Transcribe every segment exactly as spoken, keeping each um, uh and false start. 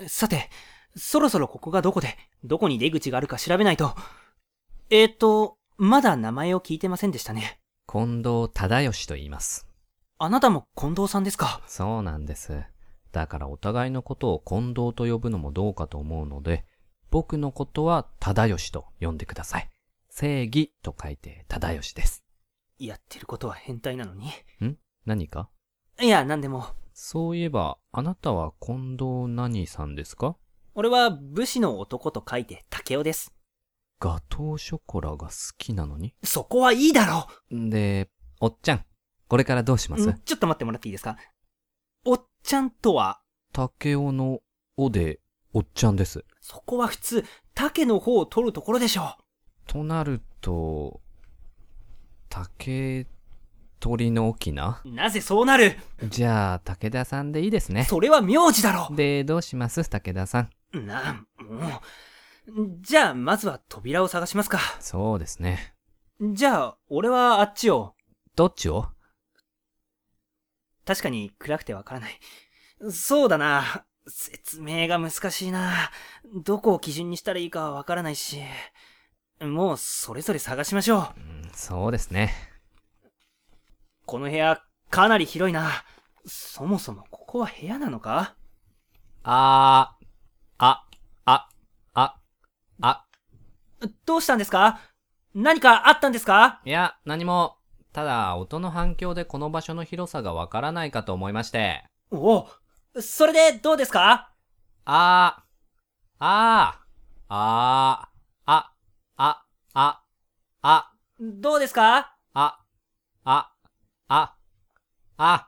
さて、そろそろここがどこで、どこに出口があるか調べないと。えーと、まだ名前を聞いてませんでしたね。 近藤忠義と言います。 あなたも近藤さんですか？ そうなんです。だからお互いのことを近藤と呼ぶのもどうかと思うので、僕のことは忠義と呼んでください。正義と書いて忠義です。 やってることは変態なのに。 ん？何か？ いや、なんでも。 そういえば、あなたは近藤何さんですか？ 俺は武士の男と書いて竹雄です。 ガトーショコラが好きなのに？ そこはいいだろで、おっちゃん、これからどうしまう。 す？ んちょっと待ってもらっていいですか？おっちゃんとは、 竹雄のおで、おっちゃんです。 そこは普通、竹の方を取るところでしょとなると、竹取の沖な？ う。なぜそうなる？ じゃあ、武田さんでいいですね。 それは名字だろで、どうします武田さん。 なあ、もう。じゃあ、まずは扉を探しますか。 そうですね。 じゃあ、俺はあっちを。 どっちを？ 確かに暗くてわからない。そうだな。説明が難しいな。どこを基準にしたらいいかわからないし。もうそれぞれ探しましょう。 うん、そうですね。 この部屋、かなり広いな。そもそもここは部屋なのか？ あー、あ、あ、あ、あ。 どうしたんですか？何かあったんですか？ いや、何も。ただ、音の反響でこの場所の広さがわからないかと思いまして。 おお、それでどうですか？ あー、あー、あー、あ、あ、あ、あ、 どうですか？ あ、あ、あ、あ、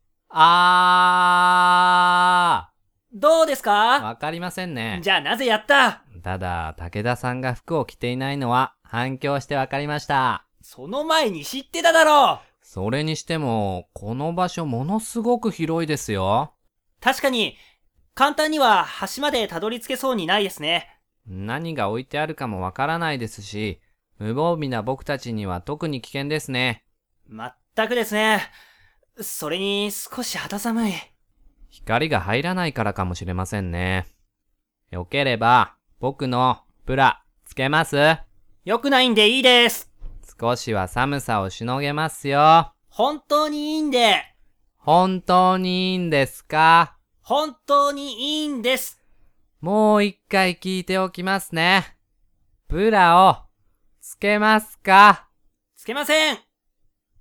あどうですー。 か？ わかりませんね。 じゃあなぜやった？ ただ、武田さんが服を着ていないのは反響してわかりました。 その前に知ってただろう。 それにしても、この場所ものすごく広いですよ。 確かに、簡単には橋までたどり着けそうにないですね。 何が置いてあるかもわからないですし、無防備な僕たちには特に危険ですね。 まったくですね。それに少し肌寒い。 光が入らないからかもしれませんね。よければ、僕のブラ、つけます？ 良くないんでいいです。 少しは寒さをしのげますよ。 本当にいいんで。 本当にいいんですか？ 本当にいいんです。 もう一回聞いておきますね。ブラを、つけますか？ つけません。